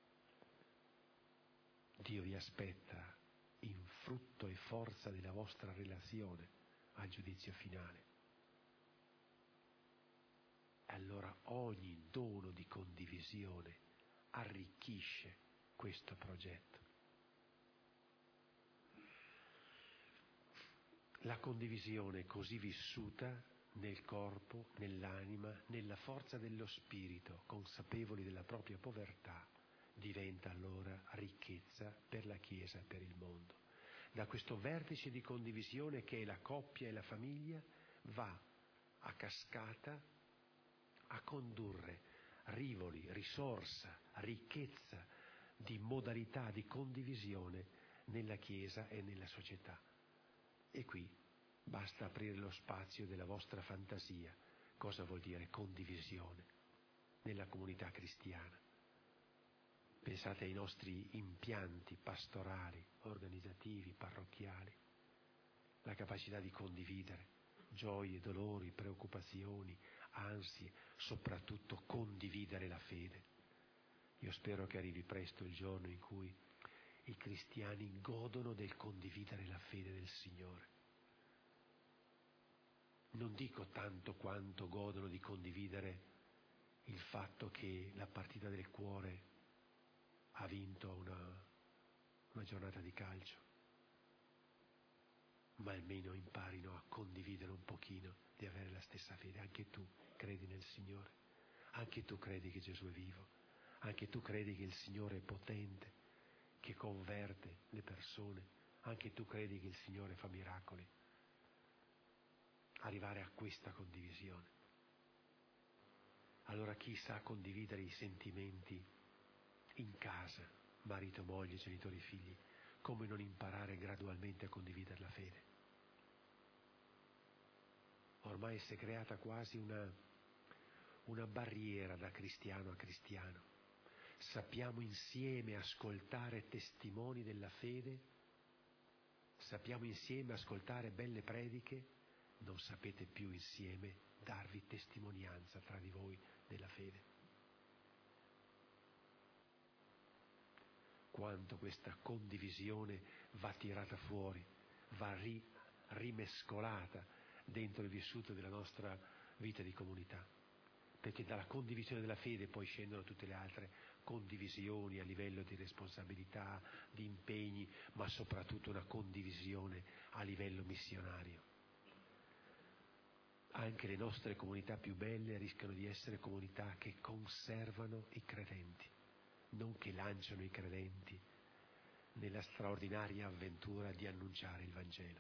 Dio vi aspetta in frutto e forza della vostra relazione al giudizio finale. allora ogni dono di condivisione arricchisce questo progetto. La condivisione così vissuta nel corpo, nell'anima, nella forza dello spirito, consapevoli della propria povertà, diventa allora ricchezza per la Chiesa e per il mondo. Da questo vertice di condivisione che è la coppia e la famiglia va a cascata a condurre rivoli, risorsa, ricchezza di modalità di condivisione nella Chiesa e nella società. E qui basta aprire lo spazio della vostra fantasia. Cosa vuol dire condivisione nella comunità cristiana? Pensate ai nostri impianti pastorali, organizzativi, parrocchiali, la capacità di condividere gioie, dolori, preoccupazioni, ansie, soprattutto condividere la fede. Io spero che arrivi presto il giorno in cui i cristiani godono del condividere la fede del Signore. Non dico tanto quanto godono di condividere il fatto che la partita del cuore ha vinto una, una giornata di calcio, ma almeno imparino a condividere un pochino di avere la stessa fede. Anche tu credi nel Signore, anche tu credi che Gesù è vivo, anche tu credi che il Signore è potente, che converte le persone, anche tu credi che il Signore fa miracoli. Arrivare a questa condivisione. Allora chi sa condividere i sentimenti in casa, marito, moglie, genitori, figli, come non imparare gradualmente a condividere la fede? Ormai si è creata quasi una, una barriera da cristiano a cristiano. Sappiamo insieme ascoltare testimoni della fede, sappiamo insieme ascoltare belle prediche, non sapete più insieme darvi testimonianza tra di voi della fede. Quanto questa condivisione va tirata fuori, va ri, rimescolata dentro il vissuto della nostra vita di comunità, perché dalla condivisione della fede poi scendono tutte le altre condivisioni a livello di responsabilità, di impegni, ma soprattutto una condivisione a livello missionario. Anche le nostre comunità più belle rischiano di essere comunità che conservano i credenti, non che lanciano i credenti nella straordinaria avventura di annunciare il Vangelo.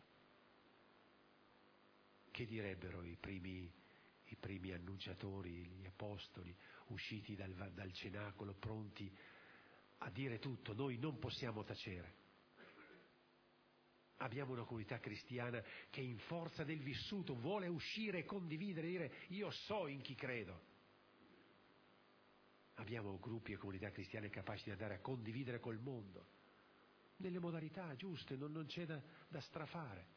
Che direbbero i primi, i primi annunciatori, gli apostoli, usciti dal, dal cenacolo, pronti a dire tutto? Noi non possiamo tacere. Abbiamo una comunità cristiana che in forza del vissuto vuole uscire e condividere, dire io so in chi credo. Abbiamo gruppi e comunità cristiane capaci di andare a condividere col mondo, nelle modalità giuste, non, non c'è da, da strafare.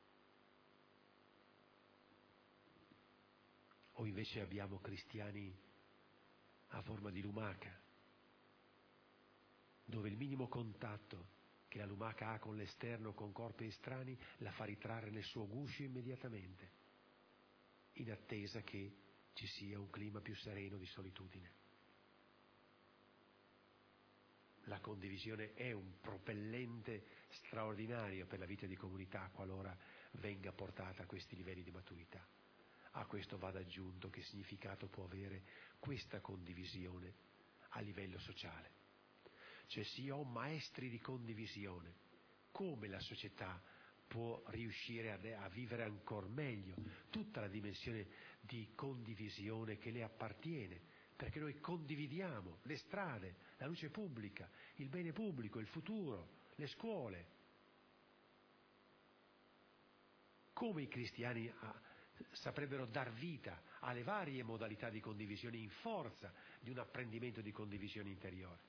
O invece abbiamo cristiani a forma di lumaca, dove il minimo contatto che la lumaca ha con l'esterno, con corpi estranei, la fa ritrarre nel suo guscio immediatamente, in attesa che ci sia un clima più sereno di solitudine. La condivisione è un propellente straordinario per la vita di comunità qualora venga portata a questi livelli di maturità. A questo va aggiunto che significato può avere questa condivisione a livello sociale. Cioè se io ho maestri di condivisione, come la società può riuscire a, a vivere ancora meglio tutta la dimensione di condivisione che le appartiene, perché noi condividiamo le strade, la luce pubblica, il bene pubblico, il futuro, le scuole. Come i cristiani a, saprebbero dar vita alle varie modalità di condivisione in forza di un apprendimento di condivisione interiore.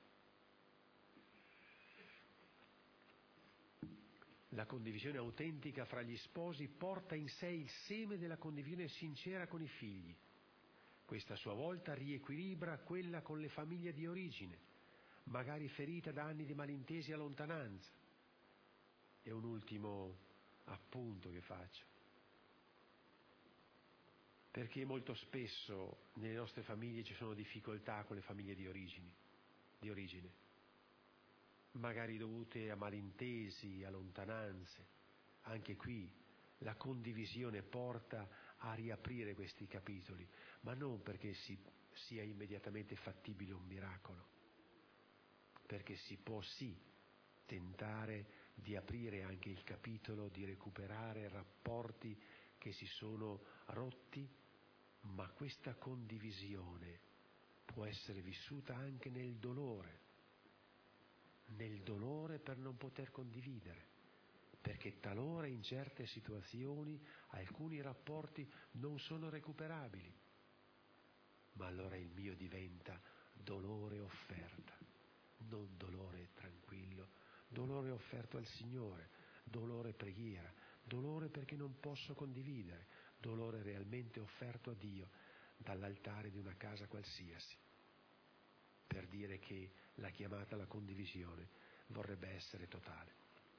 La condivisione autentica fra gli sposi porta in sé il seme della condivisione sincera con i figli. Questa a sua volta riequilibra quella con le famiglie di origine, magari ferita da anni di malintesi e lontananza. E un ultimo appunto che faccio. perché molto spesso nelle nostre famiglie ci sono difficoltà con le famiglie di origini, di origine, magari dovute a malintesi, a lontananze. Anche qui la condivisione porta a riaprire questi capitoli, ma non perché si, sia immediatamente fattibile un miracolo, perché si può sì tentare di aprire anche il capitolo, di recuperare rapporti che si sono rotti, ma questa condivisione può essere vissuta anche nel dolore, nel dolore per non poter condividere, perché talora in certe situazioni alcuni rapporti non sono recuperabili, ma allora il mio diventa dolore offerta, non dolore tranquillo, dolore offerto al Signore, dolore preghiera, dolore perché non posso condividere, dolore realmente offerto a Dio dall'altare di una casa qualsiasi, per dire che la chiamata alla condivisione vorrebbe essere totale.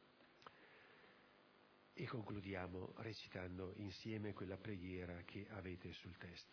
E concludiamo recitando insieme quella preghiera che avete sul testo.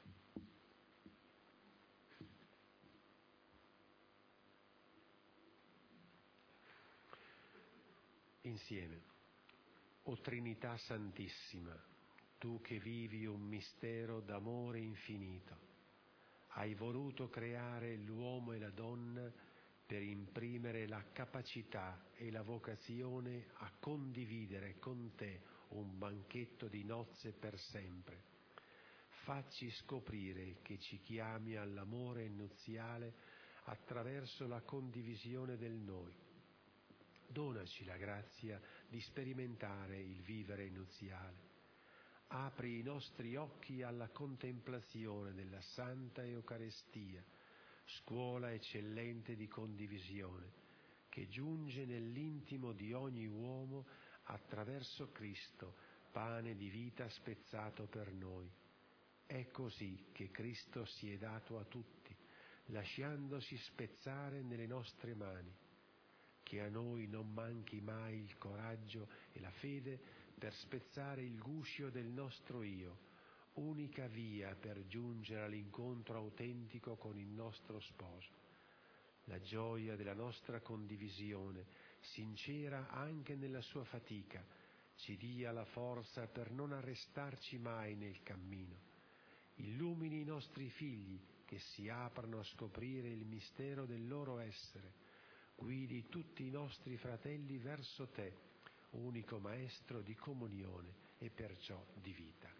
Insieme. O Trinità Santissima, tu che vivi un mistero d'amore infinito, hai voluto creare l'uomo e la donna per imprimere la capacità e la vocazione a condividere con te un banchetto di nozze per sempre. Facci scoprire che ci chiami all'amore nuziale attraverso la condivisione del noi. Donaci la grazia di sperimentare il vivere nuziale. Apri i nostri occhi alla contemplazione della Santa Eucaristia, scuola eccellente di condivisione, che giunge nell'intimo di ogni uomo attraverso Cristo, pane di vita spezzato per noi. È così che Cristo si è dato a tutti, lasciandosi spezzare nelle nostre mani. Che a noi non manchi mai il coraggio e la fede per spezzare il guscio del nostro io, unica via per giungere all'incontro autentico con il nostro sposo. La gioia della nostra condivisione, sincera anche nella sua fatica, ci dia la forza per non arrestarci mai nel cammino. Illumini i nostri figli che si aprano a scoprire il mistero del loro essere. Guidi tutti i nostri fratelli verso te, unico Maestro di comunione e perciò di vita.